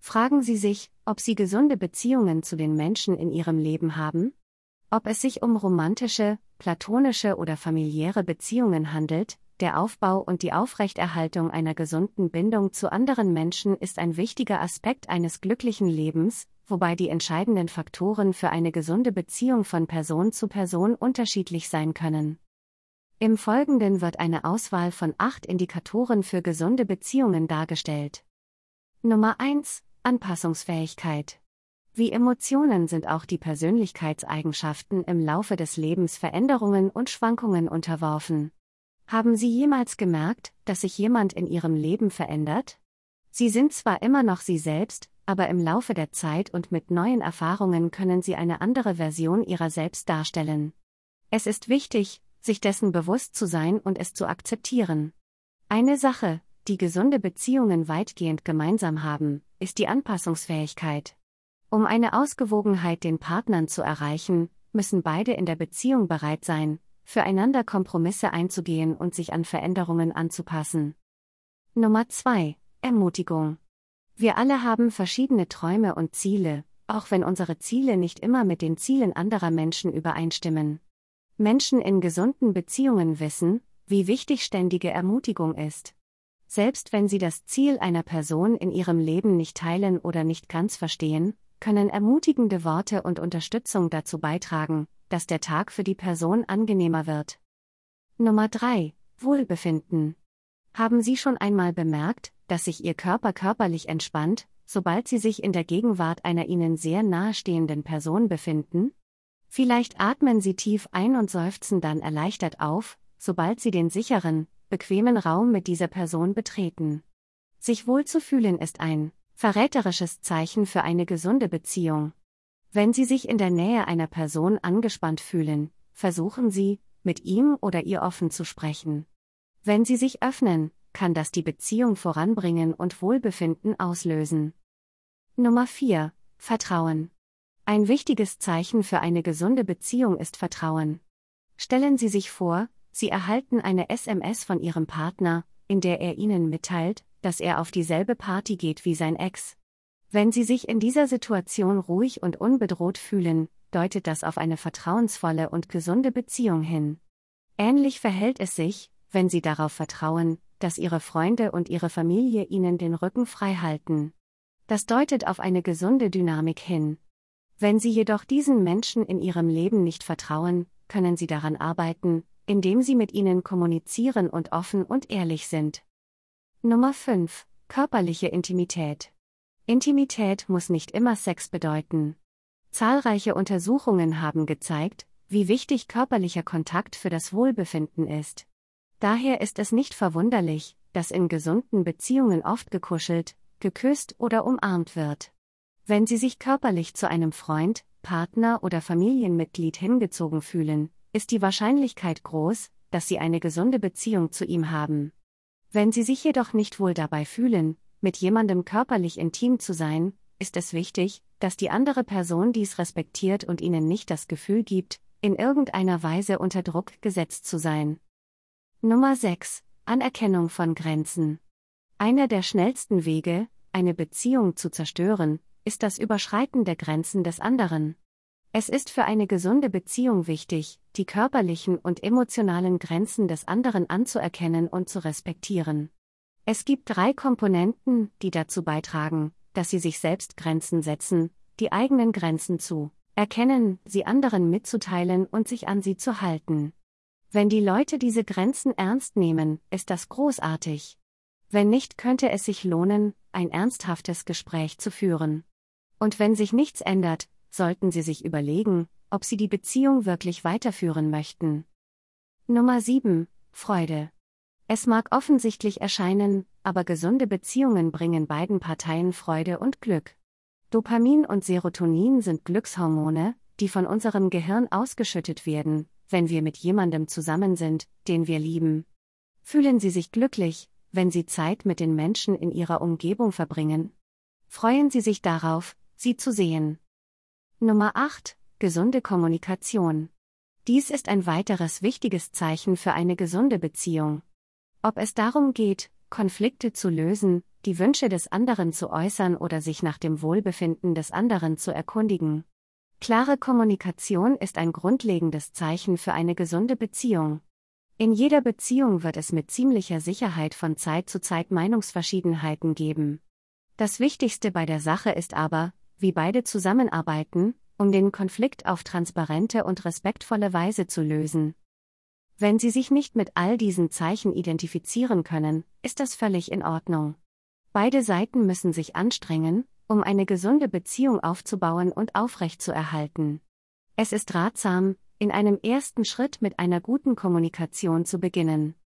Fragen Sie sich, ob Sie gesunde Beziehungen zu den Menschen in Ihrem Leben haben? Ob es sich um romantische, platonische oder familiäre Beziehungen handelt, der Aufbau und die Aufrechterhaltung einer gesunden Bindung zu anderen Menschen ist ein wichtiger Aspekt eines glücklichen Lebens, wobei die entscheidenden Faktoren für eine gesunde Beziehung von Person zu Person unterschiedlich sein können. Im Folgenden wird eine Auswahl von 8 Indikatoren für gesunde Beziehungen dargestellt. Nummer 1: Anpassungsfähigkeit. Wie Emotionen sind auch die Persönlichkeitseigenschaften im Laufe des Lebens Veränderungen und Schwankungen unterworfen. Haben Sie jemals gemerkt, dass sich jemand in Ihrem Leben verändert? Sie sind zwar immer noch Sie selbst, aber im Laufe der Zeit und mit neuen Erfahrungen können Sie eine andere Version Ihrer selbst darstellen. Es ist wichtig, sich dessen bewusst zu sein und es zu akzeptieren. Eine Sache, die gesunde Beziehungen weitgehend gemeinsam haben, ist die Anpassungsfähigkeit. Um eine Ausgewogenheit den Partnern zu erreichen, müssen beide in der Beziehung bereit sein, füreinander Kompromisse einzugehen und sich an Veränderungen anzupassen. Nummer 2: Ermutigung. Wir alle haben verschiedene Träume und Ziele, auch wenn unsere Ziele nicht immer mit den Zielen anderer Menschen übereinstimmen. Menschen in gesunden Beziehungen wissen, wie wichtig ständige Ermutigung ist. Selbst wenn sie das Ziel einer Person in ihrem Leben nicht teilen oder nicht ganz verstehen, können ermutigende Worte und Unterstützung dazu beitragen, dass der Tag für die Person angenehmer wird. Nummer 3: Wohlbefinden. Haben Sie schon einmal bemerkt, dass sich Ihr Körper körperlich entspannt, sobald Sie sich in der Gegenwart einer Ihnen sehr nahestehenden Person befinden? Vielleicht atmen Sie tief ein und seufzen dann erleichtert auf, sobald Sie den sicheren, bequemen Raum mit dieser Person betreten. Sich wohlzufühlen ist ein verräterisches Zeichen für eine gesunde Beziehung. Wenn Sie sich in der Nähe einer Person angespannt fühlen, versuchen Sie, mit ihm oder ihr offen zu sprechen. Wenn Sie sich öffnen, kann das die Beziehung voranbringen und Wohlbefinden auslösen. Nummer 4: Vertrauen. Ein wichtiges Zeichen für eine gesunde Beziehung ist Vertrauen. Stellen Sie sich vor, Sie erhalten eine SMS von Ihrem Partner, in der er Ihnen mitteilt, dass er auf dieselbe Party geht wie sein Ex. Wenn Sie sich in dieser Situation ruhig und unbedroht fühlen, deutet das auf eine vertrauensvolle und gesunde Beziehung hin. Ähnlich verhält es sich, wenn Sie darauf vertrauen, dass Ihre Freunde und Ihre Familie Ihnen den Rücken frei halten. Das deutet auf eine gesunde Dynamik hin. Wenn Sie jedoch diesen Menschen in Ihrem Leben nicht vertrauen, können Sie daran arbeiten, indem Sie mit ihnen kommunizieren und offen und ehrlich sind. Nummer 5: Körperliche Intimität. Intimität muss nicht immer Sex bedeuten. Zahlreiche Untersuchungen haben gezeigt, wie wichtig körperlicher Kontakt für das Wohlbefinden ist. Daher ist es nicht verwunderlich, dass in gesunden Beziehungen oft gekuschelt, geküsst oder umarmt wird. Wenn Sie sich körperlich zu einem Freund, Partner oder Familienmitglied hingezogen fühlen, ist die Wahrscheinlichkeit groß, dass Sie eine gesunde Beziehung zu ihm haben. Wenn Sie sich jedoch nicht wohl dabei fühlen, mit jemandem körperlich intim zu sein, ist es wichtig, dass die andere Person dies respektiert und Ihnen nicht das Gefühl gibt, in irgendeiner Weise unter Druck gesetzt zu sein. Nummer 6: Anerkennung von Grenzen. Einer der schnellsten Wege, eine Beziehung zu zerstören, ist das Überschreiten der Grenzen des anderen. Es ist für eine gesunde Beziehung wichtig, die körperlichen und emotionalen Grenzen des anderen anzuerkennen und zu respektieren. Es gibt 3 Komponenten, die dazu beitragen, dass Sie sich selbst Grenzen setzen, die eigenen Grenzen zu erkennen, sie anderen mitzuteilen und sich an sie zu halten. Wenn die Leute diese Grenzen ernst nehmen, ist das großartig. Wenn nicht, könnte es sich lohnen, ein ernsthaftes Gespräch zu führen. Und wenn sich nichts ändert, sollten Sie sich überlegen, ob Sie die Beziehung wirklich weiterführen möchten. Nummer 7: Freude. Es mag offensichtlich erscheinen, aber gesunde Beziehungen bringen beiden Parteien Freude und Glück. Dopamin und Serotonin sind Glückshormone, die von unserem Gehirn ausgeschüttet werden, wenn wir mit jemandem zusammen sind, den wir lieben. Fühlen Sie sich glücklich, wenn Sie Zeit mit den Menschen in Ihrer Umgebung verbringen? Freuen Sie sich darauf, sie zu sehen. Nummer 8: Gesunde Kommunikation. Dies ist ein weiteres wichtiges Zeichen für eine gesunde Beziehung. Ob es darum geht, Konflikte zu lösen, die Wünsche des anderen zu äußern oder sich nach dem Wohlbefinden des anderen zu erkundigen. Klare Kommunikation ist ein grundlegendes Zeichen für eine gesunde Beziehung. In jeder Beziehung wird es mit ziemlicher Sicherheit von Zeit zu Zeit Meinungsverschiedenheiten geben. Das Wichtigste bei der Sache ist aber, wie beide zusammenarbeiten, um den Konflikt auf transparente und respektvolle Weise zu lösen. Wenn Sie sich nicht mit all diesen Zeichen identifizieren können, ist das völlig in Ordnung. Beide Seiten müssen sich anstrengen, um eine gesunde Beziehung aufzubauen und aufrechtzuerhalten. Es ist ratsam, in einem ersten Schritt mit einer guten Kommunikation zu beginnen.